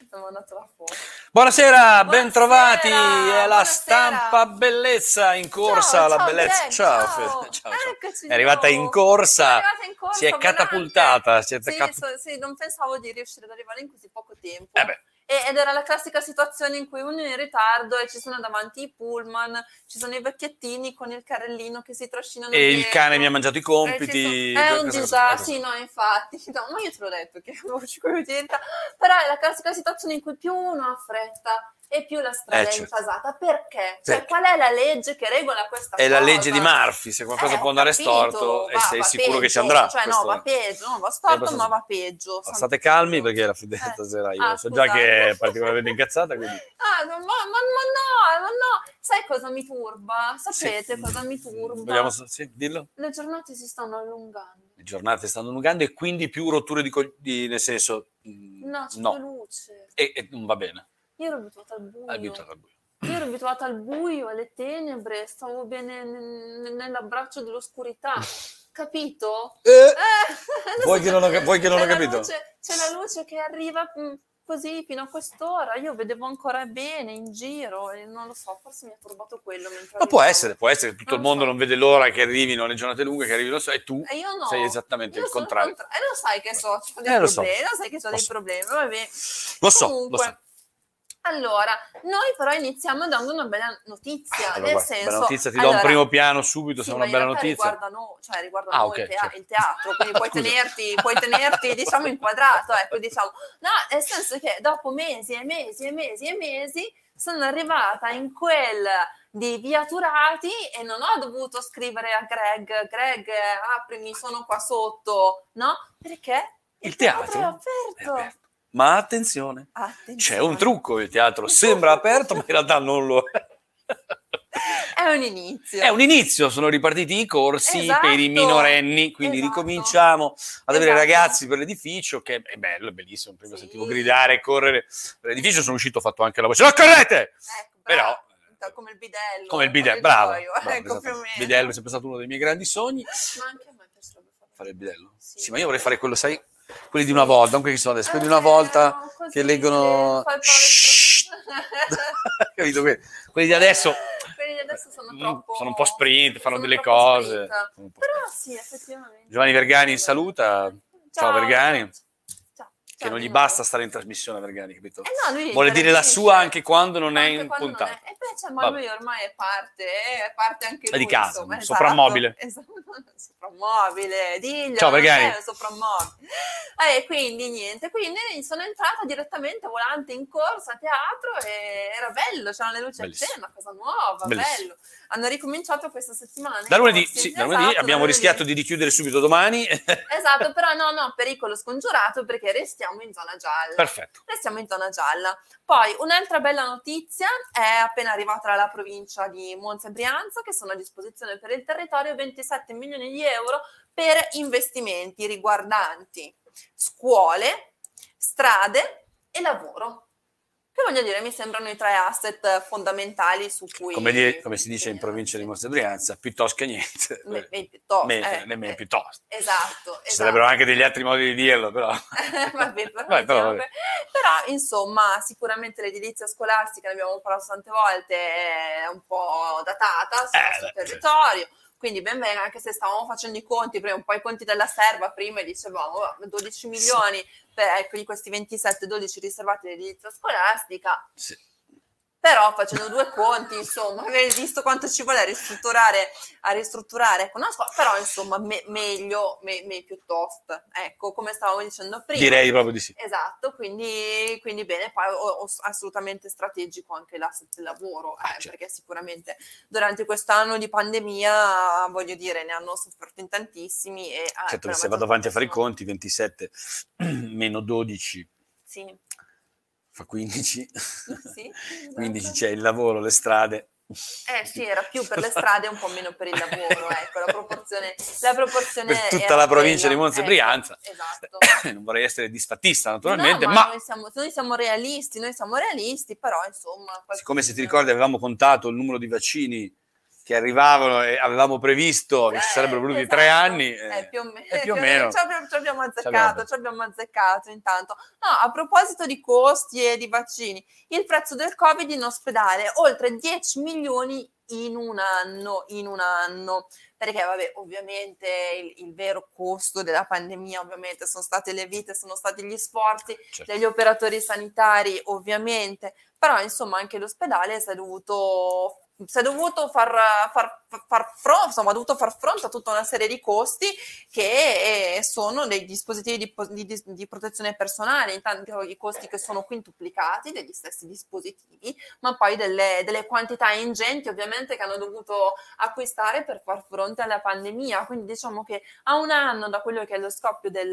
ho mandato la foto. Buonasera, bentrovati, è la buonasera. Stampa Bellezza in corsa, Ciao, la bellezza. Greg, Ciao, ciao. Fede, ciao. Eccoci È arrivata di in nuovo. corsa, Sono arrivata in corsa, si è volante. catapultata. Sì, non pensavo di riuscire ad arrivare in così poco tempo. Beh. Ed era la classica situazione in cui uno è in ritardo e ci sono davanti i pullman, ci sono i vecchiettini con il carrellino che si trascinano E dietro. il cane mi ha mangiato i compiti. È un disastro, sì, no, infatti. No, ma io te l'ho detto che avevo 5 minuti di ritardo. Però è la classica situazione in cui più uno ha fretta e più la strada è infasata. Perché? Cioè, qual è la legge che regola questa cosa? È la legge di Murphy, se qualcosa può andare storto e sei sicuro peggio, che ci andrà. Cioè, no, va peggio, no, va storto, ma va peggio. State calmi perché la Fede stasera io so già che è particolarmente incazzata, quindi... ma no, sai cosa mi turba? Sapete cosa mi turba? Sì, dillo. Le giornate si stanno allungando. Le giornate stanno allungando e quindi più rotture nel senso... No, c'è più luce. E non va bene. Io ero abituata al buio. Io ero abituata al buio, alle tenebre, stavo bene nell'abbraccio dell'oscurità. Capito? Vuoi che non ho capito? C'è la luce che arriva così fino a quest'ora. Io vedevo ancora bene in giro e non lo so, forse mi ha turbato quello. Ma può essere che tutto il mondo non vede l'ora che arrivino le giornate lunghe, che arrivino e tu sei esattamente il contrario. E lo sai che ho dei problemi, lo sai che ho dei problemi, vabbè. Lo so. Allora, noi però iniziamo dando una bella notizia, nel senso... Bella notizia, ti do un primo piano subito, se è una bella notizia. Riguarda noi, il teatro, quindi puoi tenerti diciamo inquadrato, ecco, diciamo. No, nel senso che dopo mesi e mesi e mesi e mesi sono arrivata in quel di Via Turati e non ho dovuto scrivere a Greg, aprimi, sono qua sotto, no? Perché il teatro è aperto. Ma attenzione, c'è un trucco, il teatro sembra aperto, ma in realtà non lo è. È un inizio. È un inizio, sono ripartiti i corsi per i minorenni, quindi ricominciamo ad avere ragazzi per l'edificio, che è bello, è bellissimo. Prima sentivo gridare e correre per l'edificio, sono uscito, ho fatto anche la voce, non correte! Però... Come il bidello. Come il bidello, bravo. Ecco, più o meno. Il bidello è sempre stato uno dei miei grandi sogni. Ma anche a me piacerebbe fare il bidello. Sì, ma io vorrei fare quello, sai, quelli di una volta, non quelli che sono adesso, quelli di una volta che leggono... Capito? Quelli di adesso... Quelli di adesso sono troppo... Sono un po' sprint, fanno delle cose. Però sì, effettivamente. Giovanni Vergani saluta. Ciao Vergani. Che non gli basta stare in trasmissione, Vergani, capito? Vuole dire la sua anche quando non è in puntata. E beh, ma lui ormai è parte anche lui. È di casa, soprammobile. Soprammobile, diglielo. Ciao Vergani. Soprammobile. Quindi niente, quindi sono entrata direttamente volante in corsa a teatro e era bello, c'erano le luci accese, una cosa nuova, bello. Hanno ricominciato questa settimana. Da lunedì, sì, da lunedì abbiamo rischiato di richiudere subito domani. Esatto, però no, pericolo scongiurato perché restiamo in zona gialla. Perfetto. Restiamo in zona gialla. Poi un'altra bella notizia è appena arrivata dalla provincia di Monza e Brianza che sono a disposizione per il territorio 27 milioni di euro per investimenti riguardanti scuole, strade e lavoro. Che voglio dire, mi sembrano i 3 asset fondamentali su cui... Come si dice in provincia di Monza e Brianza, piuttosto che niente. Nemmeno piuttosto. Esatto. Ci sarebbero anche degli altri modi di dirlo, però. Però, insomma, sicuramente l'edilizia scolastica, ne abbiamo parlato tante volte, è un po' datata sul nostro territorio. Quindi ben venga, anche se stavamo facendo i conti, prima un po' i conti della serva, prima dicevamo 12 milioni per di questi 27, 12 riservati all'edilizia scolastica. Sì. Però facendo 2 conti, insomma, avevi visto quanto ci vuole a ristrutturare con una scuola, però insomma meglio piuttosto, ecco, come stavamo dicendo prima. Direi proprio di sì. Esatto, quindi bene, poi assolutamente strategico anche l'asset del lavoro, perché sicuramente durante quest'anno di pandemia, voglio dire, ne hanno sofferto in tantissimi. Certo che se vado avanti a fare i conti, 27 meno 12. Sì. Fa 15, sì, 15 c'è il lavoro, le strade. Sì, era più per le strade e un po' meno per il lavoro, ecco, la proporzione per tutta la provincia di Monza e Brianza. Esatto. Non vorrei essere disfattista naturalmente, ma noi siamo realisti, però insomma... Siccome se ti ricordi avevamo contato il numero di vaccini che arrivavano e avevamo previsto che ci sarebbero voluti 3 anni. Più o meno. Ci abbiamo azzeccato intanto. No, a proposito di costi e di vaccini, il prezzo del Covid in ospedale, oltre 10 milioni in un anno. Perché vabbè, ovviamente il vero costo della pandemia ovviamente sono state le vite, sono stati gli sforzi degli operatori sanitari ovviamente, però insomma anche l'ospedale si è dovuto ha dovuto far fronte a tutta una serie di costi che sono dei dispositivi di protezione personale, intanto i costi che sono quintuplicati degli stessi dispositivi, ma poi delle quantità ingenti ovviamente che hanno dovuto acquistare per far fronte alla pandemia. Quindi diciamo che a un anno da quello che è lo scoppio del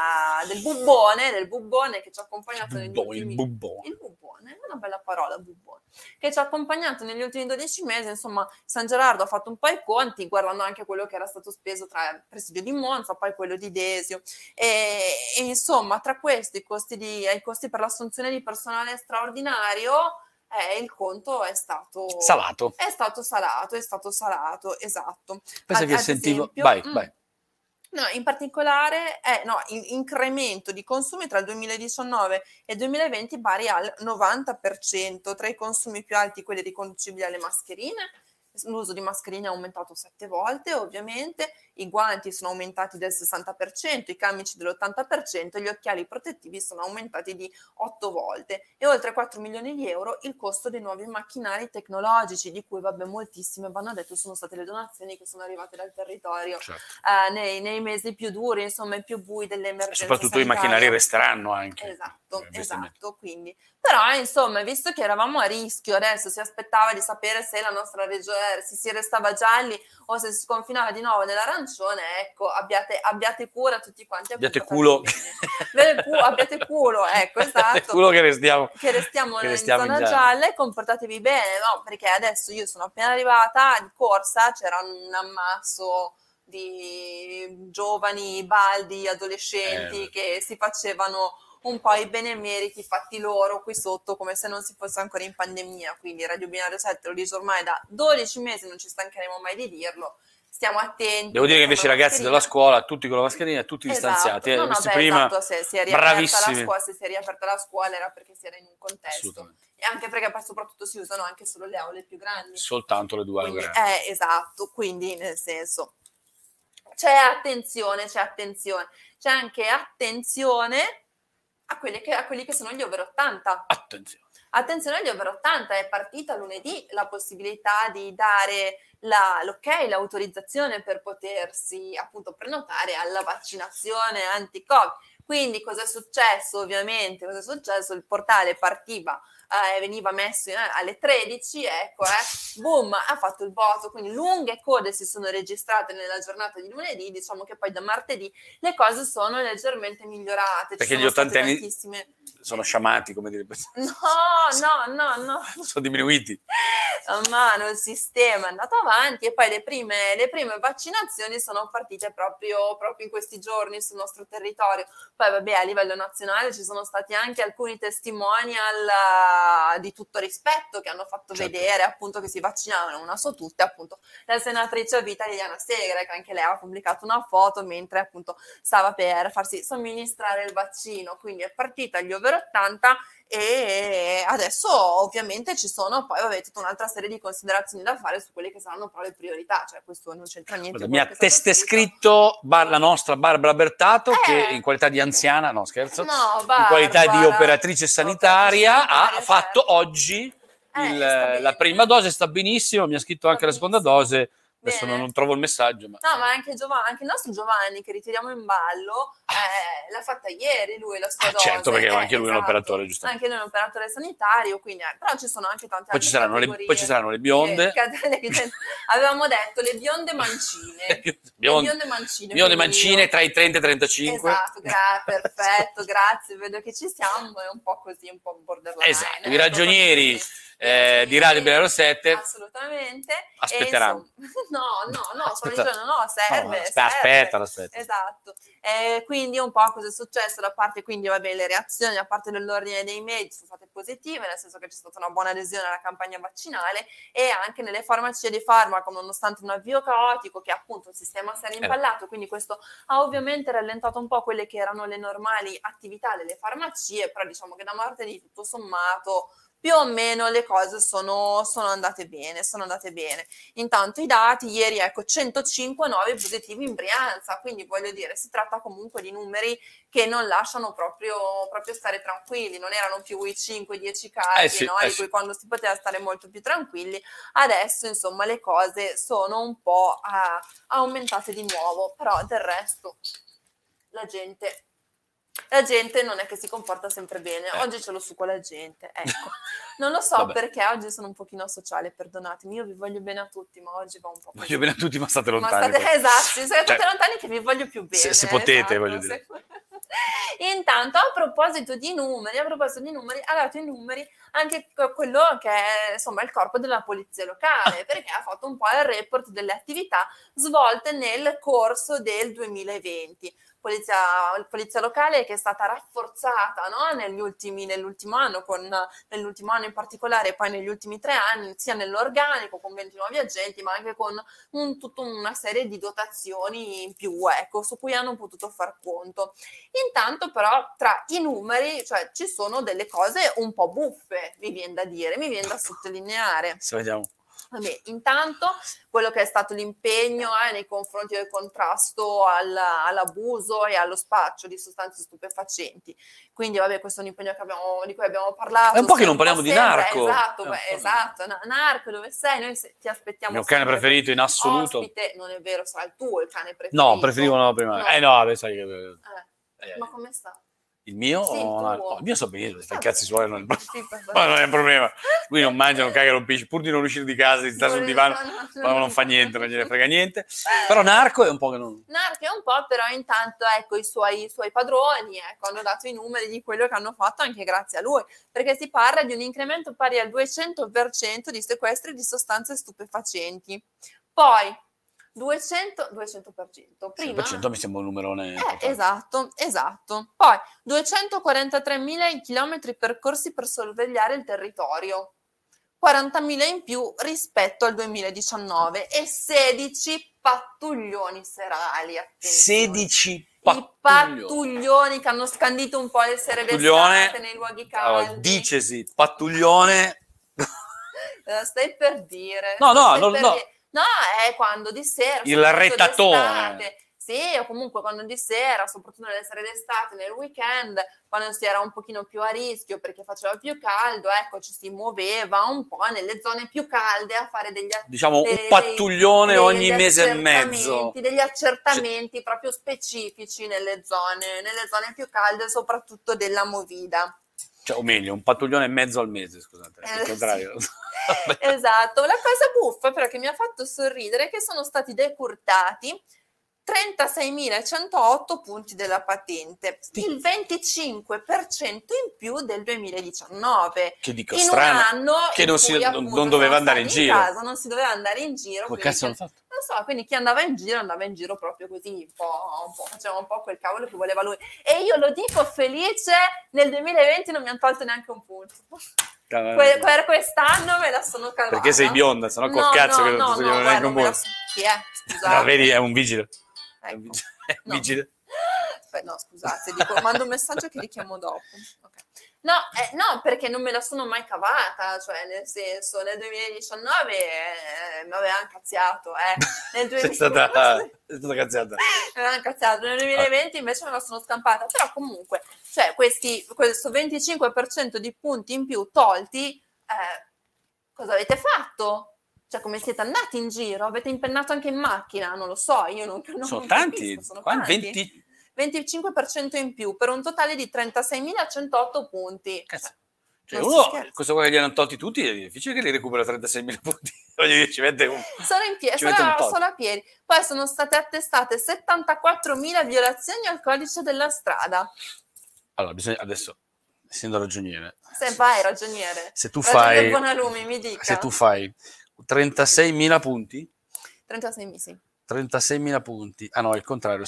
bubbone che ci ha accompagnato negli ultimi... Il bubbone, è una bella parola, bubbone, che ci ha accompagnato negli ultimi 12 mesi, insomma, San Gerardo ha fatto un po' i conti, guardando anche quello che era stato speso tra il presidio di Monza, poi quello di Desio, e insomma, tra questi i costi per l'assunzione di personale straordinario, il conto è stato salato. È stato salato, esatto. Pensa che sentivo... Vai. No, in particolare l'incremento di consumi tra il 2019 e il 2020 pari al 90%, tra i consumi più alti quelli riconducibili alle mascherine. L'uso di mascherine è aumentato 7 volte, ovviamente, i guanti sono aumentati del 60%, i camici dell'80%, gli occhiali protettivi sono aumentati di 8 volte e oltre 4 milioni di euro il costo dei nuovi macchinari tecnologici, di cui moltissime, vanno detto, sono state le donazioni che sono arrivate dal territorio nei mesi più duri, insomma, i più bui dell'emergenza soprattutto sanitaria. I macchinari resteranno anche. Esatto, quindi. Però, insomma, visto che eravamo a rischio, adesso si aspettava di sapere se la nostra regione si restava gialli o se si sconfinava di nuovo nell'arancione, ecco, abbiate cura tutti quanti. Abbiate culo. Abbiate culo, ecco, esatto. Abbiate culo che restiamo in zona gialla e comportatevi bene, no? Perché adesso io sono appena arrivata di corsa, c'era un ammasso di giovani, baldi, adolescenti che si facevano un po' i benemeriti fatti loro qui sotto, come se non si fosse ancora in pandemia. Quindi Radio Binario 7 lo dice ormai da 12 mesi, non ci stancheremo mai di dirlo. Stiamo attenti. Devo dire che invece i ragazzi della scuola, tutti con la mascherina, tutti distanziati. Se si è riaperta la scuola era perché si era in un contesto. E anche perché poi soprattutto si usano anche solo le aule più grandi. Soltanto le 2 aule grandi. Esatto, quindi nel senso c'è attenzione. C'è anche attenzione a quelli che sono gli over 80. Attenzione agli over 80, è partita lunedì la possibilità di dare l'autorizzazione per potersi appunto prenotare alla vaccinazione anti-Covid. Quindi cosa è successo? Ovviamente, il portale partiva, veniva messo alle 13, boom, ha fatto il voto, quindi lunghe code si sono registrate nella giornata di lunedì, diciamo che poi da martedì le cose sono leggermente migliorate. Perché gli 80 anni sono sciamati, come dire. No. Sono diminuiti. Man mano il sistema è andato avanti e poi le prime vaccinazioni sono partite proprio in questi giorni sul nostro territorio. Poi vabbè, a livello nazionale ci sono stati anche alcuni testimonial di tutto rispetto che hanno fatto vedere appunto che si vaccinavano, una su tutte appunto la senatrice a vita Liliana Segre, che anche lei ha pubblicato una foto mentre appunto stava per farsi somministrare il vaccino. Quindi è partita agli over 80 e adesso ovviamente ci sono poi tutta un'altra serie di considerazioni da fare su quelle che saranno poi le priorità, cioè questo non c'entra niente. Mi ha testé scritto la nostra Barbara Bertato che in qualità di anziana, no scherzo, in qualità di operatrice sanitaria ha fatto oggi la prima dose, sta benissimo, mi ha scritto anche la seconda dose. Adesso non trovo il messaggio. Ma anche il nostro Giovanni, che ritiriamo in ballo, l'ha fatta ieri lui la sua dose. Certo, perché anche lui è un operatore, giustamente. Anche lui è un operatore sanitario, quindi però ci sono anche tante altre categorie. Poi ci saranno le bionde. Avevamo detto le bionde mancine. Bionde mancine tra i 30 e i 35. Esatto, perfetto, grazie, vedo che ci siamo, è un po' così, un po' borderline. Esatto, i ragionieri di Radio Bella Rosette. Assolutamente. Aspetteranno. No, sto dicendo no, serve. Aspetta. Esatto. Quindi un po' cosa è successo da parte, quindi vabbè, le reazioni da parte dell'ordine dei medici sono state positive, nel senso che c'è stata una buona adesione alla campagna vaccinale, e anche nelle farmacie di farmaco, nonostante un avvio caotico, che appunto il sistema si è rimpallato, quindi questo ha ovviamente rallentato un po' quelle che erano le normali attività delle farmacie, però diciamo che da martedì tutto sommato più o meno le cose sono andate bene. Intanto i dati, ieri 105 nuovi positivi in Brianza, quindi voglio dire, si tratta comunque di numeri che non lasciano proprio stare tranquilli, non erano più i 5-10 casi, di cui quando si poteva stare molto più tranquilli. Adesso insomma le cose sono un po' aumentate di nuovo, però del resto la gente non è che si comporta sempre bene. Oggi ce l'ho su con la gente, ecco. Non lo so perché oggi sono un pochino sociale, perdonatemi, io vi voglio bene a tutti, ma oggi va un po' così. Voglio bene a tutti, ma state lontani. Esatto, state lontani che vi voglio più bene. Se potete, voglio dire. Intanto, a proposito di numeri, ha dato i numeri anche quello che è insomma il corpo della polizia locale, perché ha fatto un po' il report delle attività svolte nel corso del 2020. Polizia locale che è stata rafforzata, no? nell'ultimo anno in particolare, e poi negli ultimi 3 anni, sia nell'organico con 20 nuovi agenti, ma anche con tutta una serie di dotazioni in più, su cui hanno potuto far conto. Intanto però tra i numeri, cioè, ci sono delle cose un po' buffe, mi viene da sottolineare. Vediamo. Vabbè, intanto quello che è stato l'impegno nei confronti del contrasto all'abuso e allo spaccio di sostanze stupefacenti. Quindi vabbè, questo è un impegno di cui abbiamo parlato. È un po' che non parliamo di Narco. Esatto. Narco, dove sei? Noi ti aspettiamo. Il mio cane preferito in assoluto. Ospite. Non è vero, sarà il tuo il cane preferito. No, preferivo prima. No, sai che... Ma come sta? Il mio? Sì, il mio sta benissimo, fai cazzi suoi, non è un problema. Qui non mangiano, cagano pesci, pur di non uscire di casa, di stare sul divano, non fa niente, non gliene frega niente. Però Narco è un po' che non... Narco è un po', però intanto i suoi padroni hanno dato i numeri di quello che hanno fatto anche grazie a lui, perché si parla di un incremento pari al 200% di sequestri di sostanze stupefacenti. Poi 200%. Prima 100% mi sembra un numerone. Esatto. Poi 243.000 chilometri percorsi per sorvegliare il territorio, 40.000 in più rispetto al 2019 e 16 pattuglioni serali. Attenzione. 16 pattuglioni che hanno scandito un po' le sere d'estate nei luoghi caldi. Dicesi, pattuglione. Stai per dire. No, è quando di sera. Il rettatore. Sì, o comunque quando di sera, soprattutto nelle sere d'estate, nel weekend, quando si era un pochino più a rischio perché faceva più caldo, ci si muoveva un po' nelle zone più calde a fare un pattuglione ogni mese e mezzo. Degli accertamenti proprio specifici nelle zone più calde, soprattutto della movida. Cioè, o meglio, un pattuglione e mezzo al mese, scusate, al contrario. Sì. Esatto, la cosa buffa però che mi ha fatto sorridere è che sono stati decurtati 36.108 punti della patente, il 25% in più del 2019. Che dico, in strano, un anno che non doveva andare in giro. Casa, non si doveva andare in giro. Come cazzo hanno fatto? Non so, quindi chi andava in giro proprio così, faceva un po' quel cavolo che voleva lui. E io lo dico felice, nel 2020 non mi hanno tolto neanche un punto. Per quest'anno me la sono calmata. Perché sei bionda, sennò col cazzo che non ti toglievano neanche un punto. Chi è? Scusate. No, vedi, è un vigile. Ecco. Vigile. No, scusate, mando un messaggio che richiamo dopo. Okay. No, perché non me la sono mai cavata, cioè nel senso, nel 2019 mi aveva incazziato, nel 2020 è stata cazziata. Mi aveva incazziato, nel 2020 invece me la sono scampata, però comunque, cioè questo 25% di punti in più tolti, cosa avete fatto? Cioè, come siete andati in giro? Avete impennato anche in macchina? Non lo so, io non sono tanti. Capisco, sono tanti. 25% in più, per un totale di 36.108 punti. Cazzo. Cioè questo qua che gli hanno tolti tutti, è difficile che li recupera 36.000 punti. Voglio dire, ci mette un... Solo a piedi. Poi sono state attestate 74.000 violazioni al codice della strada. Allora, bisogna adesso... essendo ragioniere. Se vai ragioniere. Se tu fai... Bonalumi, mi dica. Se tu fai 36.000 punti... 36.000, sì. 36.000 punti, ah no, è il contrario,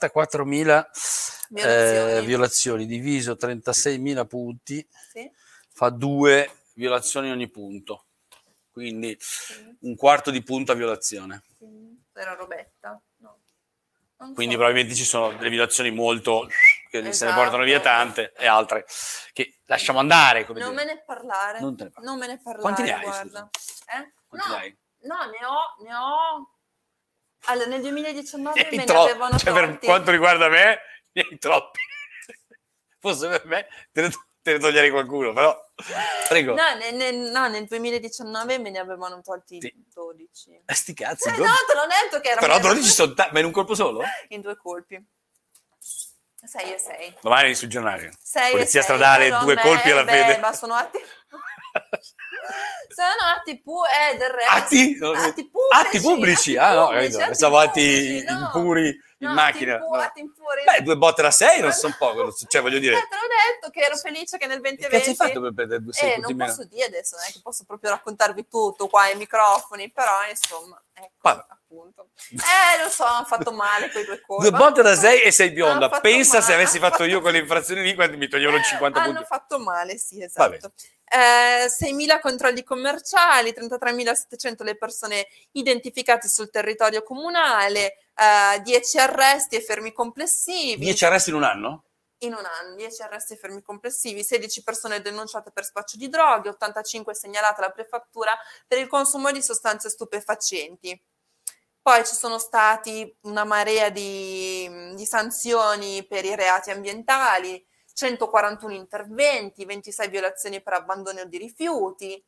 74.000 violazioni diviso 36.000 punti, sì, fa 2 violazioni ogni punto, quindi un quarto di punto a violazione. Era robetta, no. Quindi probabilmente ci sono delle violazioni molto che se ne portano via Esatto. tante e altre che lasciamo andare. Come non dire. me ne parlare. Non te ne parlo. Non me ne parlare. Quanti ne hai? Guarda. Quanti ne hai? No, ne ho. Allora, nel 2019 me ne cioè, avevano tolti. Per quanto riguarda me, ne hai troppi. Forse per me te ne toglierei qualcuno, però prego. No, nel 2019 me ne avevano tolti 12. Sti cazzi. No, te l'ho detto che erano. Però 12 sono ma in un colpo solo? In 2 colpi. 6 e 6. Domani sul giornale. 6 Polizia e 6, stradale, 2 colpi alla fede. Ma sono atti. Sono atti del resto. Atti pubblici? Ah no, capito. Pensavo atti impuri in macchina. Atti impuri. Beh, 2 botte da 6 non sono poco, cioè voglio dire. Te l'ho detto che ero felice che nel 2020. Che cazzo hai fatto per perdere 2 punti non meno? posso dire adesso, non è che posso proprio raccontarvi tutto qua ai microfoni, però insomma, ecco, appunto. Lo so, hanno fatto male quei 2 colpi. 2 botte da 6 e sei bionda. Pensa se avessi fatto io quelle infrazioni lì, quando mi toglievano 50 punti. Hanno fatto male, sì, esatto. 6.000 controlli commerciali, 33.700 le persone identificate sul territorio comunale, 10 arresti e fermi complessivi. 10 arresti in un anno? In un anno, 10 arresti e fermi complessivi, 16 persone denunciate per spaccio di droghe, 85 segnalate alla prefettura per il consumo di sostanze stupefacenti. Poi ci sono stati una marea di sanzioni per i reati ambientali, 141 interventi, 26 violazioni per abbandono di rifiuti,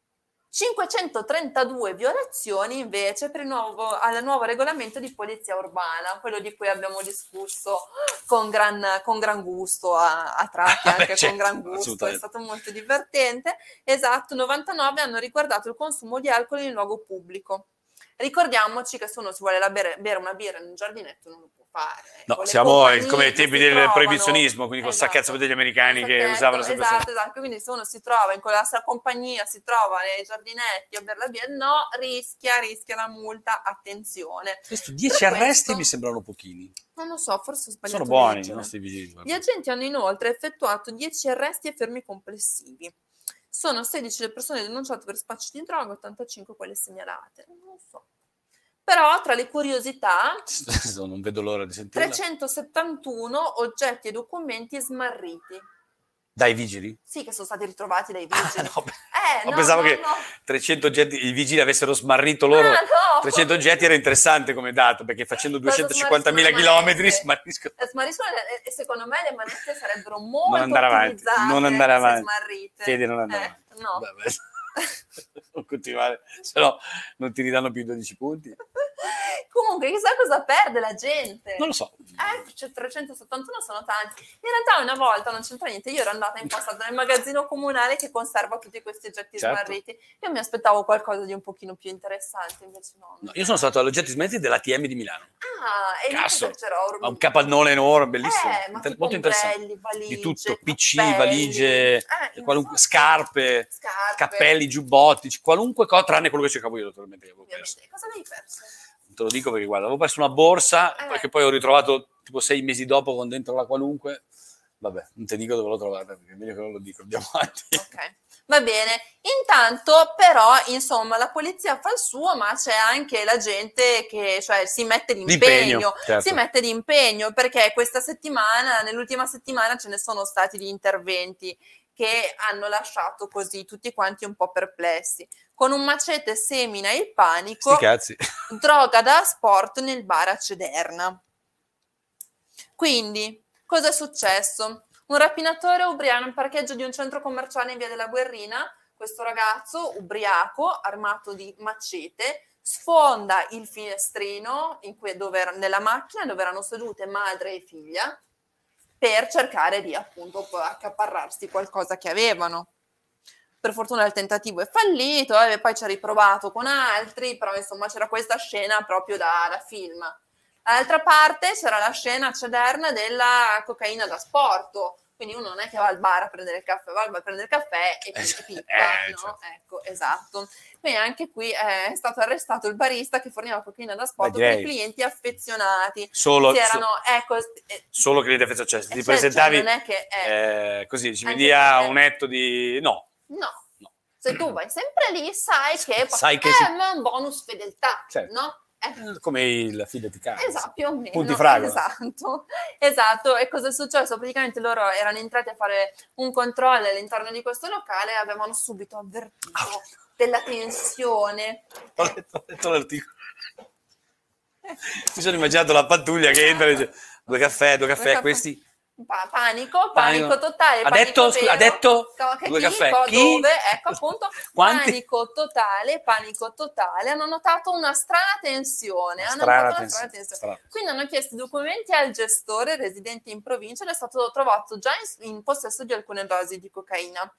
532 violazioni invece per al nuovo regolamento di polizia urbana, quello di cui abbiamo discusso con gran gusto a tratti, anche con gran gusto, è stato molto divertente. Esatto, 99 hanno riguardato il consumo di alcol in luogo pubblico. Ricordiamoci che se uno si vuole bere una birra in un giardinetto non lo può fare. No, siamo come ai tempi del proibizionismo, quindi con saccazzo degli americani che usavano sempre. Esatto, quindi se uno si trova in quella compagnia, si trova nei giardinetti a bere la birra, no, rischia la multa, attenzione. Questo 10 arresti mi sembrano pochini. Non lo so, forse ho sbagliato. Sono buoni i nostri vigili. Gli agenti hanno inoltre effettuato 10 arresti e fermi complessivi. Sono 16 le persone denunciate per spaccio di droga, 85 quelle segnalate. Non lo so. Però tra le curiosità non vedo l'ora di sentirla. 371 oggetti e documenti smarriti. Dai vigili? Sì, che sono stati ritrovati dai vigili. Pensavo che 300 oggetti i vigili avessero smarrito loro. No. 300 oggetti era interessante come dato, perché facendo 250.000 chilometri smarriscono. E secondo me le manette sarebbero molto non andare avanti. Smarrite. Fede, non andare avanti. No. Vabbè. Non continuare, se no non ti ridanno più 12 punti. Comunque, chissà cosa perde la gente. Non lo so. 371 sono tanti. In realtà una volta, non c'entra niente, io ero andata in passato nel magazzino comunale che conserva tutti questi oggetti smarriti. Io mi aspettavo qualcosa di un pochino più interessante, invece no. Io sono stato agli oggetti smarriti dell'ATM di Milano. E Cazzo, ha un capannone enorme, bellissimo, molto interessante. Valigie, di tutto, PC, cappelli, valigie, qualunque, scarpe, cappelli, giubbotti, qualunque cosa, tranne quello che cercavo io, naturalmente, che avevo perso. Cosa avevi perso? Te lo dico perché guarda, avevo perso una borsa che poi ho ritrovato tipo 6 mesi dopo con dentro la qualunque. Vabbè, non ti dico dove l'ho trovata perché è meglio che non lo dico, andiamo avanti. Ok, va bene. Intanto però, insomma, la polizia fa il suo, ma c'è anche la gente che si mette d'impegno. Certo. Si mette d'impegno perché questa settimana, nell'ultima settimana ce ne sono stati di interventi che hanno lasciato così tutti quanti un po' perplessi. Con un macete semina il panico, droga da sport nel bar a Cederna. Quindi, cosa è successo? Un rapinatore ubriaco in parcheggio di un centro commerciale in via della Guerrina, questo ragazzo ubriaco, armato di macete, sfonda il finestrino nella macchina dove erano sedute madre e figlia, per cercare di appunto accaparrarsi qualcosa che avevano. Per fortuna il tentativo è fallito, poi ci ha riprovato con altri, però insomma c'era questa scena proprio da film. Dall'altra parte c'era la scena a Cederna della cocaina da sport, quindi uno non è che va al bar a prendere il caffè, va al bar a prendere il caffè e picca, no? Certo. Ecco, esatto. Quindi anche qui è stato arrestato il barista che forniva cocaina da sport per i clienti affezionati. Solo clienti affezionati, cioè ti presentavi non è che così, dici, mi dia un etto di... No. Se tu vai sempre lì sai che è un bonus fedeltà, certo. no? Come il fidati caro. Esatto, più o meno. Punti fragola. Esatto. E cosa è successo? Praticamente loro erano entrati a fare un controllo all'interno di questo locale e avevano subito avvertito della tensione. Ho letto l'articolo. Mi sono immaginato la pattuglia che entra e dice due caffè, questi... Panico totale. Ha detto due caffè. Dove? Ecco appunto. Panico totale. Hanno notato una strana tensione. Quindi hanno chiesto i documenti al gestore residente in provincia ed è stato trovato già in possesso di alcune dosi di cocaina.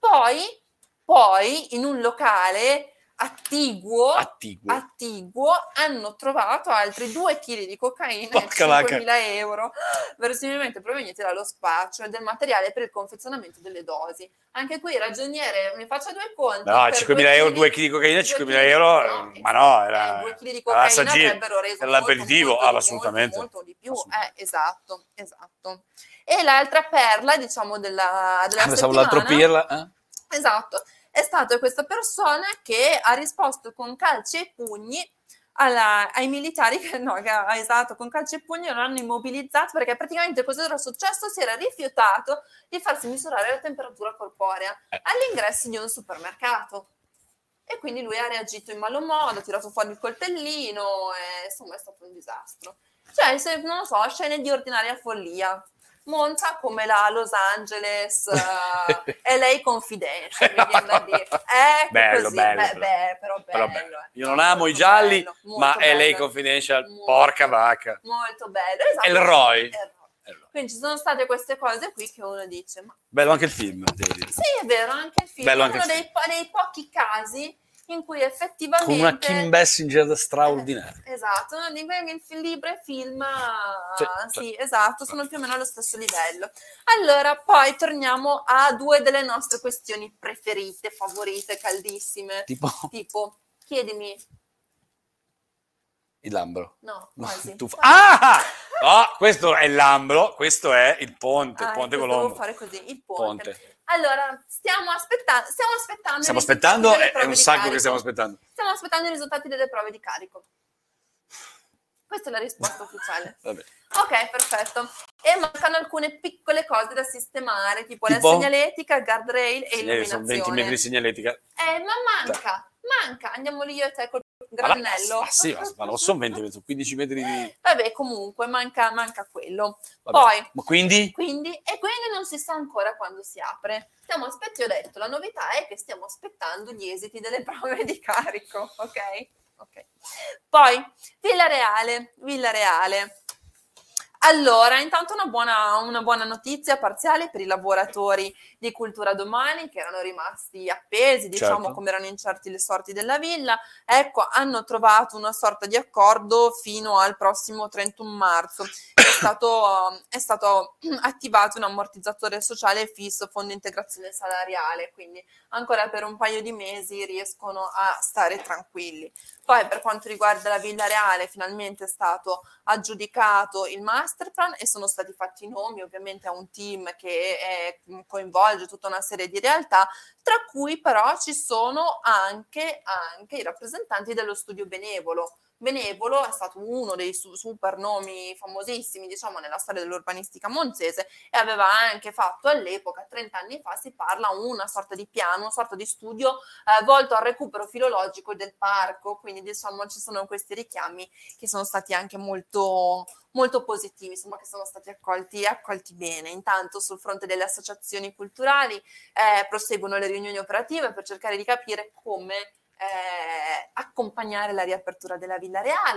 Poi in un locale attiguo hanno trovato altri 2 kg di cocaina e 5.000 euro, verosimilmente provenienti dallo spaccio e del materiale per il confezionamento delle dosi. Anche qui il ragioniere mi faccia 2 conti. No, 5.000 euro, 2 kg di cocaina, 5.000 euro, no, ma no, era 2 kg di cocaina avrebbero reso per l'aperitivo, assolutamente. Molto di più, esatto. E l'altra perla, diciamo, della settimana. L'altro pirla. Esatto. È stata questa persona che ha risposto con calci e pugni ai militari che con calci e pugni lo hanno immobilizzato perché praticamente cosa era successo? Si era rifiutato di farsi misurare la temperatura corporea all'ingresso di un supermercato e quindi lui ha reagito in malo modo, ha tirato fuori il coltellino e insomma è stato un disastro. Cioè, non lo so, scene di ordinaria follia. Monta come la Los Angeles LA Confidential, mi viene da dire. Bello. Però bello. Io non amo i gialli, ma LA Confidential, porca vacca. Molto bello, esatto. E il Roy. Quindi ci sono state queste cose qui che uno dice, ma... Bello anche il film, devo dire. Sì, è vero, anche il film. È uno dei pochi casi in cui effettivamente... Con una Kim Basinger straordinaria. Esatto, il libro e film, sì, esatto, sono più o meno allo stesso livello. Allora, poi torniamo a 2 delle nostre questioni preferite, favorite, caldissime. Tipo, chiedimi. Il Lambro. No, quasi. No, questo è il Lambro, questo è il ponte, il ponte Colombo. Devo fare così, il ponte. Allora, stiamo aspettando. Stiamo aspettando, è un sacco che stiamo aspettando. Stiamo aspettando i risultati delle prove di carico. Questa è la risposta ufficiale. Vabbè. Ok, perfetto. E mancano alcune piccole cose da sistemare, tipo la segnaletica, il guardrail e illuminazione. Sono 20 metri di segnaletica. Ma manca. Andiamo lì io e te col granello. Ma non sono 20 metri, sono 15 metri di... Vabbè, comunque manca quello. Vabbè. Poi, ma quindi non si sa ancora quando si apre. Ho detto, la novità è che stiamo aspettando gli esiti delle prove di carico, ok? Poi, Villa Reale. Allora, intanto una buona notizia parziale per i lavoratori di Cultura Domani che erano rimasti appesi, diciamo, come erano incerti le sorti della villa. Ecco, hanno trovato una sorta di accordo fino al prossimo 31 marzo. È stato attivato un ammortizzatore sociale fisso, fondo integrazione salariale, quindi ancora per un paio di mesi riescono a stare tranquilli. Poi per quanto riguarda la Villa Reale, finalmente è stato aggiudicato il masterplan e sono stati fatti i nomi, ovviamente a un team che coinvolge tutta una serie di realtà, tra cui però ci sono anche i rappresentanti dello studio Benevolo. Benevolo è stato uno dei super nomi famosissimi, diciamo, nella storia dell'urbanistica monzese e aveva anche fatto all'epoca, 30 anni fa, si parla una sorta di piano, una sorta di studio volto al recupero filologico del parco, quindi diciamo ci sono questi richiami che sono stati anche molto, molto positivi, insomma, che sono stati accolti bene. Intanto sul fronte delle associazioni culturali proseguono le riunioni operative per cercare di capire come accompagnare la riapertura della Villa Reale.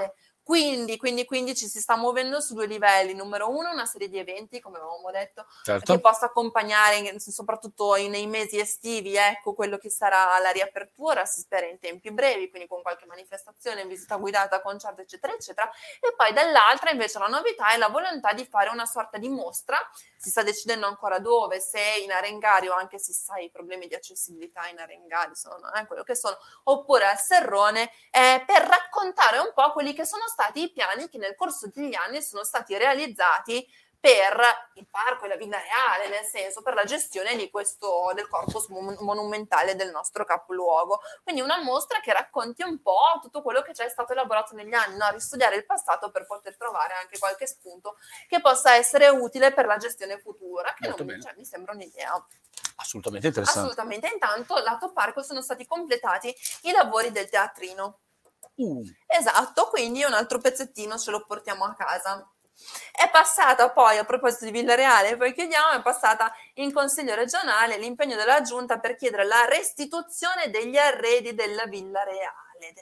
Quindi ci si sta muovendo su 2 livelli. Numero 1, una serie di eventi, come avevamo detto, certo, che possa accompagnare, soprattutto nei mesi estivi, ecco, quello che sarà la riapertura, si spera in tempi brevi, quindi con qualche manifestazione, visita guidata, concerto, eccetera, eccetera. E poi dall'altra, invece, la novità è la volontà di fare una sorta di mostra. Si sta decidendo ancora dove, se in Arengario, anche se sai i problemi di accessibilità in Arengario sono quello che sono, oppure al Serrone, per raccontare un po' quelli che sono stati i piani che nel corso degli anni sono stati realizzati per il parco e la Villa Reale, nel senso per la gestione di del corpus monumentale del nostro capoluogo. Quindi una mostra che racconti un po' tutto quello che c'è stato elaborato negli anni, no? Ristudiare il passato per poter trovare anche qualche spunto che possa essere utile per la gestione futura, che mi sembra un'idea assolutamente interessante. Assolutamente. Intanto, lato parco, sono stati completati i lavori del teatrino. Esatto, quindi un altro pezzettino ce lo portiamo a casa. È passata poi, a proposito di Villa Reale, poi chiudiamo, è passata in Consiglio regionale l'impegno della Giunta per chiedere la restituzione degli arredi della Villa Reale.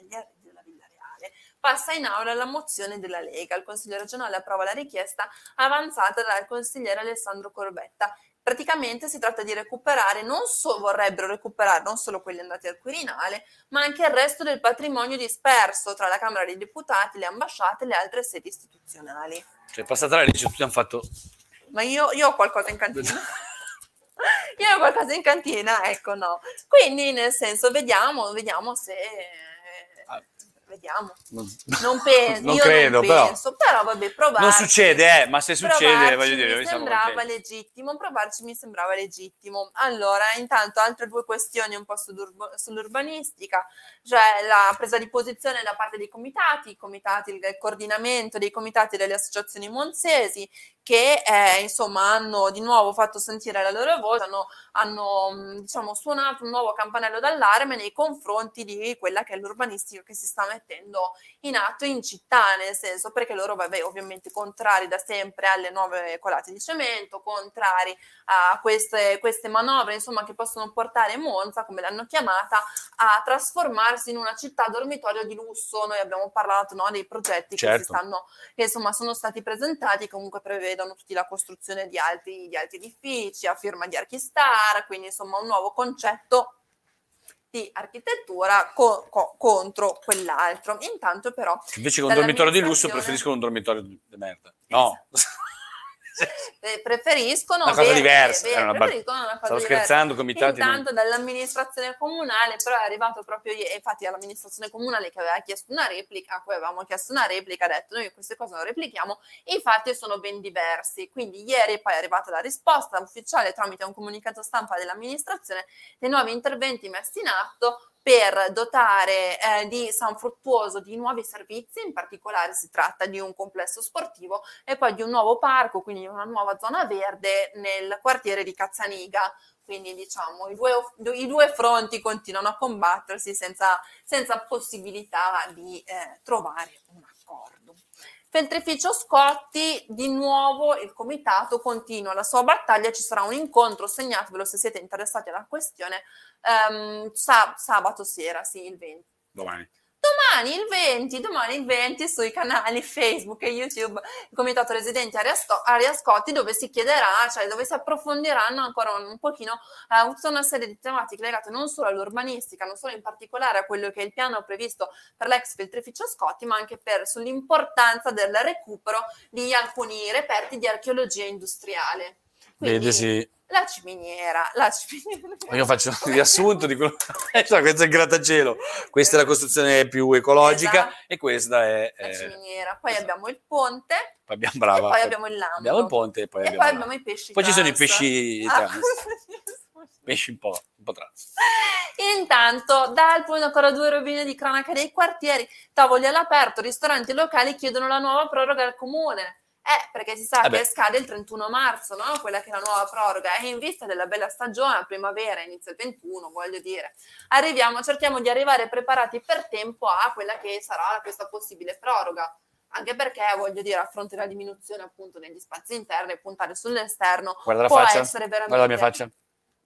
Passa in aula la mozione della Lega. Il Consiglio regionale approva la richiesta avanzata dal consigliere Alessandro Corbetta. Praticamente si tratta di vorrebbero recuperare non solo quelli andati al Quirinale, ma anche il resto del patrimonio disperso tra la Camera dei Deputati, le ambasciate e le altre sedi istituzionali. Cioè, passata la legge, tutti hanno fatto... Ma io ho qualcosa in cantina. Io ho qualcosa in cantina, ecco, no. Quindi, nel senso, vediamo se... Vediamo. Non credo, però vabbè, provarci. Non succede, ma se succede, voglio dire, mi sembrava legittimo, provarci mi sembrava legittimo. Allora, intanto altre 2 questioni un po' sull'urbanistica, cioè la presa di posizione da parte dei comitati, il coordinamento dei comitati delle associazioni monzesi, che insomma hanno di nuovo fatto sentire la loro voce, hanno diciamo suonato un nuovo campanello d'allarme nei confronti di quella che è l'urbanistica che si sta mettendo in atto in città, nel senso, perché loro ovviamente contrari da sempre alle nuove colate di cemento, contrari a queste manovre insomma che possono portare Monza, come l'hanno chiamata, a trasformarsi in una città dormitorio di lusso. Noi abbiamo parlato, no, dei progetti che insomma sono stati presentati, comunque prevedono tutti la costruzione di altri edifici a firma di Archistar, quindi insomma un nuovo concetto di architettura contro quell'altro. Intanto però invece che un dormitorio di lusso preferiscono un dormitorio di merda. No. Preferiscono una cosa diversa. Stavo scherzando, comitati. Intanto dall'amministrazione comunale, però è arrivato proprio ieri, infatti all'amministrazione comunale che aveva chiesto una replica, a cui avevamo chiesto una replica, ha detto noi queste cose non replichiamo, i fatti sono ben diversi. Quindi ieri poi è arrivata la risposta ufficiale tramite un comunicato stampa dell'amministrazione dei nuovi interventi messi in atto per dotare di San Fruttuoso di nuovi servizi. In particolare si tratta di un complesso sportivo e poi di un nuovo parco, quindi una nuova zona verde nel quartiere di Cazzaniga. Quindi diciamo i due fronti continuano a combattersi senza possibilità di trovare un accordo. Feltrificio Scotti, di nuovo il comitato continua la sua battaglia, ci sarà un incontro, segnatevelo se siete interessati alla questione, sabato sera, sì, il 20. Domani il 20 sui canali Facebook e YouTube il Comitato Residenti Area Scotti, dove si chiederà, cioè dove si approfondiranno ancora un pochino tutta una serie di tematiche legate non solo all'urbanistica, non solo in particolare a quello che è il piano previsto per l'ex Feltrificio Scotti, ma anche sull'importanza del recupero di alcuni reperti di archeologia industriale. Quindi, vede, sì. La ciminiera. Io faccio un riassunto di quello. Questo è il grattacielo, questa è la costruzione più ecologica, esatto. E questa è la ciminiera. Poi abbiamo il ponte. Poi abbiamo, e poi abbiamo il lambro. Abbiamo il ponte e poi abbiamo i pesci. Poi ci sono i pesci trans. Pesci un po' trans. Intanto, dal punto ancora 2 robine di cronaca dei quartieri, tavoli all'aperto, ristoranti locali chiedono la nuova proroga al comune. Perché si sa che scade il 31 marzo, no? Quella che è la nuova proroga, e in vista della bella stagione, la primavera, inizia il 21, voglio dire, cerchiamo di arrivare preparati per tempo a quella che sarà questa possibile proroga, anche perché, voglio dire, a fronte della diminuzione appunto negli spazi interni, puntare sull'esterno può essere veramente... Guarda la mia faccia.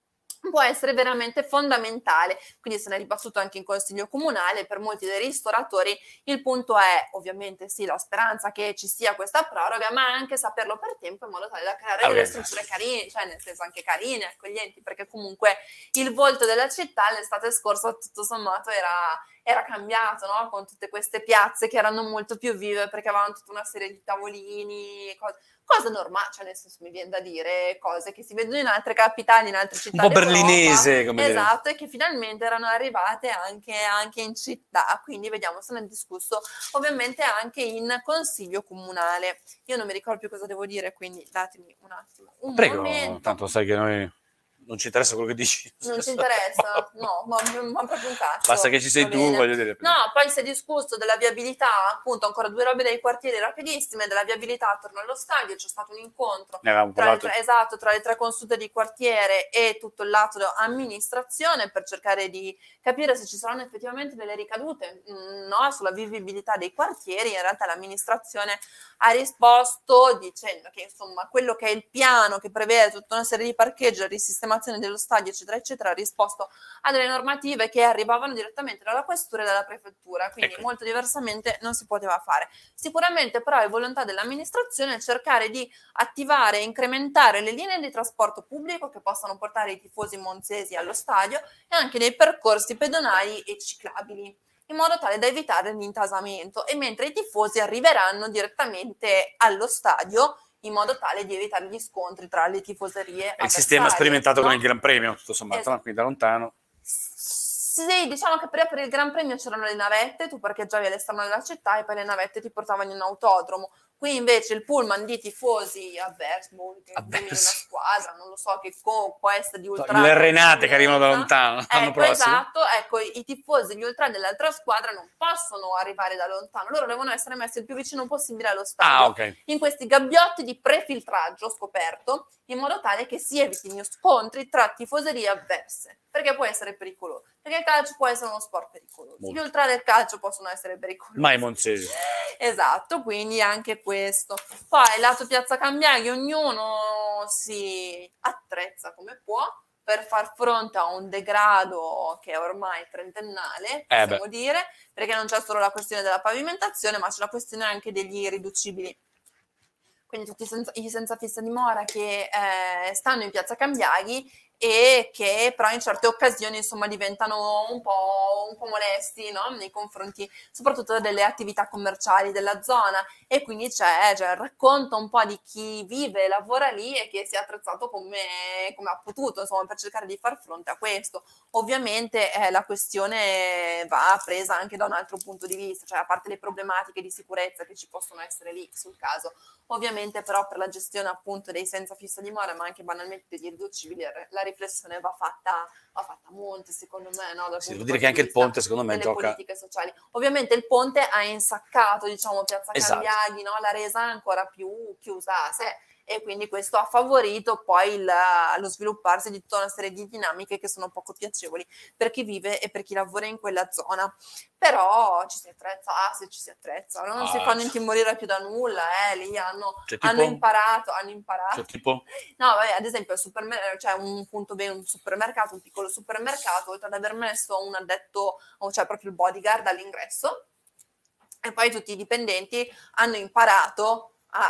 può essere veramente fondamentale. Quindi se ne è dibattuto anche in Consiglio Comunale. Per molti dei ristoratori il punto è ovviamente sì la speranza che ci sia questa proroga, ma anche saperlo per tempo in modo tale da creare delle strutture carine, cioè nel senso anche carine, accoglienti, perché comunque il volto della città l'estate scorsa tutto sommato era cambiato, no? Con tutte queste piazze che erano molto più vive perché avevano tutta una serie di tavolini, cose normali, cioè nel senso mi viene da dire cose che si vedono in altre capitali, in altre città un po' berlinese, come esatto, e che finalmente erano arrivate anche in città, quindi vediamo se ne è discusso ovviamente anche in Consiglio Comunale. Io non mi ricordo più cosa devo dire, quindi datemi un attimo Prego, momento. tanto sai che noi non ci interessa quello che dici. Non ci interessa? No, ma proprio un cazzo. Basta che ci sei tu, voglio dire. No, poi si è discusso della viabilità, appunto, ancora due robe dai quartieri rapidissime, della viabilità attorno allo stadio, c'è stato un incontro tra le tre consulte di quartiere e tutto il lato amministrazione per cercare di capire se ci saranno effettivamente delle ricadute sulla vivibilità dei quartieri. In realtà l'amministrazione ha risposto dicendo che insomma quello che è il piano che prevede tutta una serie di parcheggi, la risistemazione dello stadio eccetera eccetera, ha risposto a delle normative che arrivavano direttamente dalla questura e dalla prefettura, quindi molto diversamente non si poteva fare. Sicuramente però è volontà dell'amministrazione cercare di attivare e incrementare le linee di trasporto pubblico che possano portare i tifosi monzesi allo stadio e anche dei percorsi pedonali e ciclabili, in modo tale da evitare l'intasamento, e mentre i tifosi arriveranno direttamente allo stadio in modo tale di evitare gli scontri tra le tifoserie. È il sistema sperimentato con il Gran Premio, tutto sommato, quindi da lontano. Sì, diciamo che per il Gran Premio c'erano le navette, tu parcheggiavi all'esterno della città e poi le navette ti portavano in autodromo. Qui invece il pullman di tifosi avversi, una squadra, non lo so, che può essere di ultra. Le renate che arrivano da lontano l'anno prossimo. Esatto, ecco, i tifosi, gli ultra dell'altra squadra non possono arrivare da lontano, loro devono essere messi il più vicino possibile allo stadio, in questi gabbiotti di prefiltraggio scoperto, in modo tale che si evitino scontri tra tifoserie avverse, perché può essere pericoloso, perché il calcio può essere uno sport pericoloso, gli ultra del calcio possono essere pericolosi. Mai monzesi. Esatto, quindi anche questo. Poi lato Piazza Cambiaghi ognuno si attrezza come può per far fronte a un degrado che è ormai trentennale, possiamo dire, perché non c'è solo la questione della pavimentazione, ma c'è la questione anche degli irriducibili. Quindi tutti i senza fissa dimora che stanno in Piazza Cambiaghi e che però in certe occasioni insomma diventano un po' molesti, no? Nei confronti soprattutto delle attività commerciali della zona, e quindi c'è il racconto un po' di chi vive e lavora lì e che si è attrezzato come ha potuto, insomma, per cercare di far fronte a questo. Ovviamente la questione va presa anche da un altro punto di vista, cioè a parte le problematiche di sicurezza che ci possono essere lì sul caso, ovviamente però per la gestione appunto dei senza fissa dimora, ma anche banalmente degli irriducibili, la riflessione va fatta a monte, secondo me, no? Sì, devo dire che anche il ponte secondo me gioca politiche sociali. Ovviamente il ponte ha insaccato, diciamo, Piazza Cambiaghi, no? L'ha resa ancora più chiusa a sé, e quindi questo ha favorito poi lo svilupparsi di tutta una serie di dinamiche che sono poco piacevoli per chi vive e per chi lavora in quella zona. Però ci si attrezza, se ci si attrezza, non si fanno intimorire più da nulla, lì hanno imparato. Cioè, tipo? No, vabbè, ad esempio c'è un punto bene, un piccolo supermercato, oltre ad aver messo un addetto, cioè proprio il bodyguard all'ingresso, e poi tutti i dipendenti hanno imparato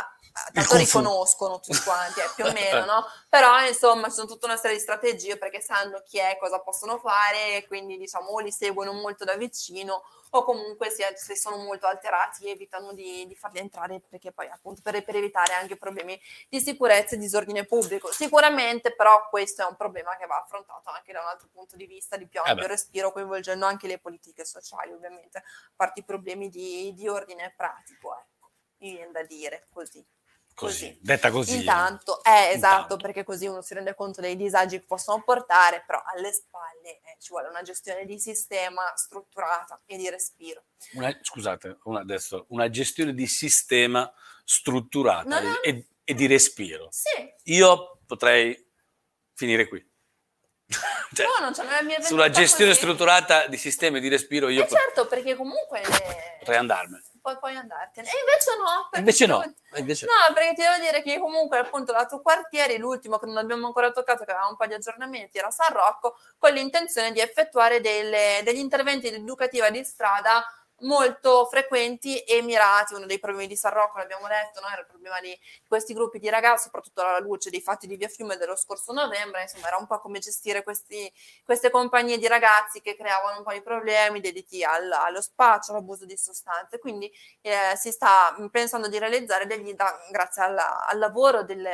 tanto riconoscono tutti quanti, più o meno, no? Però insomma ci sono tutta una serie di strategie perché sanno chi è, cosa possono fare, e quindi diciamo o li seguono molto da vicino o comunque se sono molto alterati evitano di farli entrare, perché poi appunto per evitare anche problemi di sicurezza e disordine pubblico. Sicuramente però questo è un problema che va affrontato anche da un altro punto di vista di più ampio respiro, coinvolgendo anche le politiche sociali, ovviamente, a parte i problemi di ordine pratico, ecco. Mi viene da dire così. Detta così. Intanto, esatto, perché così uno si rende conto dei disagi che possono portare, però alle spalle ci vuole una gestione di sistema strutturata e di respiro. Una gestione di sistema strutturata e di respiro. Sì. Io potrei finire qui. Cioè, no, non c'è la mia sulla gestione strutturata di sistemi di respiro io certo, perché comunque potrei andarmene. puoi andartene. E invece no. No, perché ti devo dire che comunque appunto lato quartieri, l'ultimo che non abbiamo ancora toccato, che aveva un po' di aggiornamenti, era San Rocco, con l'intenzione di effettuare degli interventi educativi di strada molto frequenti e mirati. Uno dei problemi di San Rocco, l'abbiamo detto, no? Era il problema di questi gruppi di ragazzi, soprattutto alla luce dei fatti di Via Fiume dello scorso novembre. Insomma, era un po' come gestire queste compagnie di ragazzi che creavano un po' di problemi dediti allo spaccio, all'abuso di sostanze. Quindi si sta pensando di realizzare grazie al lavoro delle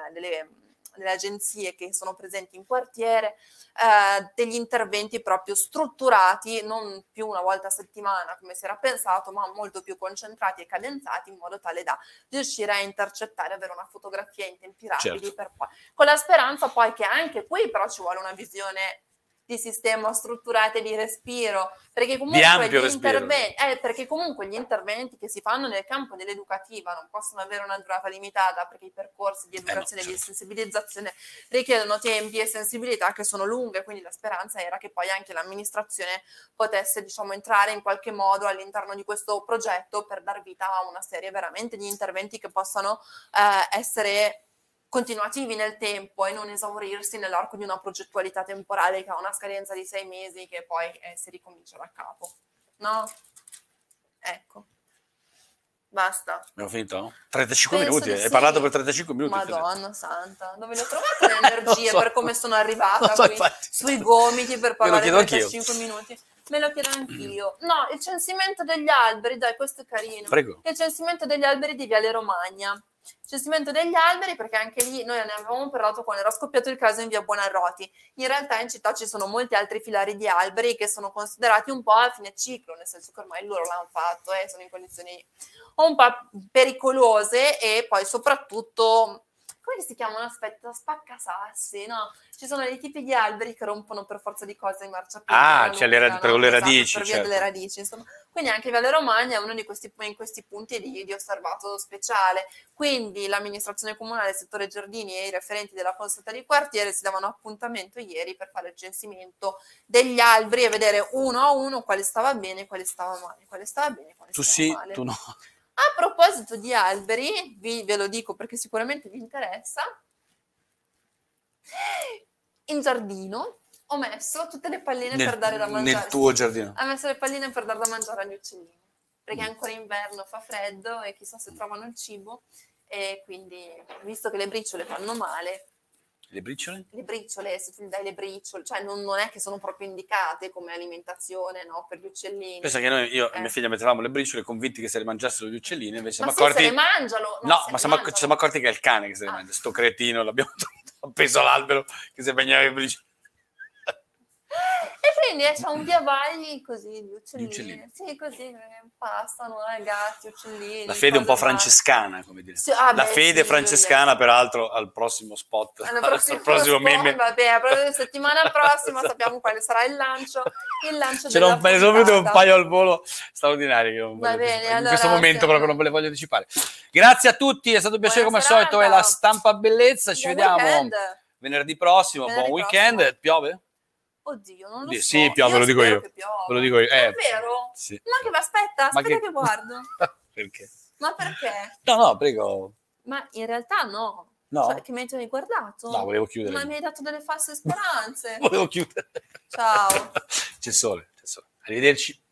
agenzie che sono presenti in quartiere, degli interventi proprio strutturati, non più una volta a settimana come si era pensato, ma molto più concentrati e cadenzati, in modo tale da riuscire a intercettare, avere una fotografia in tempi rapidi, certo. per poi, con la speranza poi che anche qui però ci vuole una visione di sistema strutturata e di respiro, perché comunque gli interventi che si fanno nel campo dell'educativa non possono avere una durata limitata, perché i percorsi di educazione e di sensibilizzazione richiedono tempi e sensibilità che sono lunghe. Quindi la speranza era che poi anche l'amministrazione potesse, diciamo, entrare in qualche modo all'interno di questo progetto per dar vita a una serie veramente di interventi che possano essere continuativi nel tempo e non esaurirsi nell'arco di una progettualità temporale che ha una scadenza di 6 mesi, che poi si ricomincia da capo. No? Ecco. Basta. Abbiamo finito? 35 minuti, hai parlato per 35 minuti. Madonna santa, dove le ho trovate le energie per come sono arrivata qui sui gomiti per parlare 35 minuti? Me lo chiedo anch'io. No, il censimento degli alberi, dai, questo è carino. Prego. Il censimento degli alberi di Viale Romagna. Censimento degli alberi, perché anche lì noi ne avevamo parlato quando era scoppiato il caso in via Buonarroti. In realtà in città ci sono molti altri filari di alberi che sono considerati un po' a fine ciclo, nel senso che ormai loro l'hanno fatto e sono in condizioni un po' pericolose, e poi soprattutto, come si chiamano? Aspetta, spaccasassi, no? Ci sono dei tipi di alberi che rompono per forza di cose i marciapiedi. C'è per le radici. Per via delle radici, insomma. Quindi anche Viale Romagna è uno di questi punti di osservato speciale. Quindi l'amministrazione comunale, il settore giardini e i referenti della consulta di quartiere si davano appuntamento ieri per fare il censimento degli alberi e vedere uno a uno quale stava bene e quale stava male, quale stava bene e quale stava male. Tu no. A proposito di alberi, ve lo dico perché sicuramente vi interessa, in giardino ho messo tutte le palline per dare da mangiare. Nel tuo giardino? Ho messo le palline per dare da mangiare agli uccellini, perché è ancora inverno, fa freddo e chissà se trovano il cibo, e quindi, visto che le briciole fanno male... Le briciole? Le briciole, se tu gli dai le briciole, cioè non è che sono proprio indicate come alimentazione, no, per gli uccellini. Pensa che io e mia figlia mettevamo le briciole convinti che se le mangiassero gli uccellini, invece ma siamo accorti... se le mangiano! Ci siamo accorti che è il cane che se le mangia, sto cretino, l'abbiamo appeso all'albero che si bagnava le briciole. E quindi c'è un via vai così di uccellini. Sì, così passano gatti, uccellini. La fede un po' francescana, come dire. Sì, la fede francescana, peraltro, al prossimo spot, al prossimo meme. Vabbè, la settimana prossima sappiamo quale sarà il lancio. Ce l'ho preso venuto un paio al volo straordinari che non Va bene, in questo momento proprio non ve le voglio anticipare. Grazie a tutti, è stato un piacere come al solito, è la Stampa Bellezza, ci vediamo venerdì prossimo, buon weekend. Piove? Oddio, non lo so. Sì, piove, ve lo dico io. Ve lo dico io. È vero? Sì. Ma che aspetta che guardo. Perché? Ma perché? No, prego. Ma in realtà no. No. Cioè, che mi hai guardato? No, volevo chiudere. Ma mi hai dato delle false speranze. Volevo chiudere. Ciao. C'è sole. Arrivederci.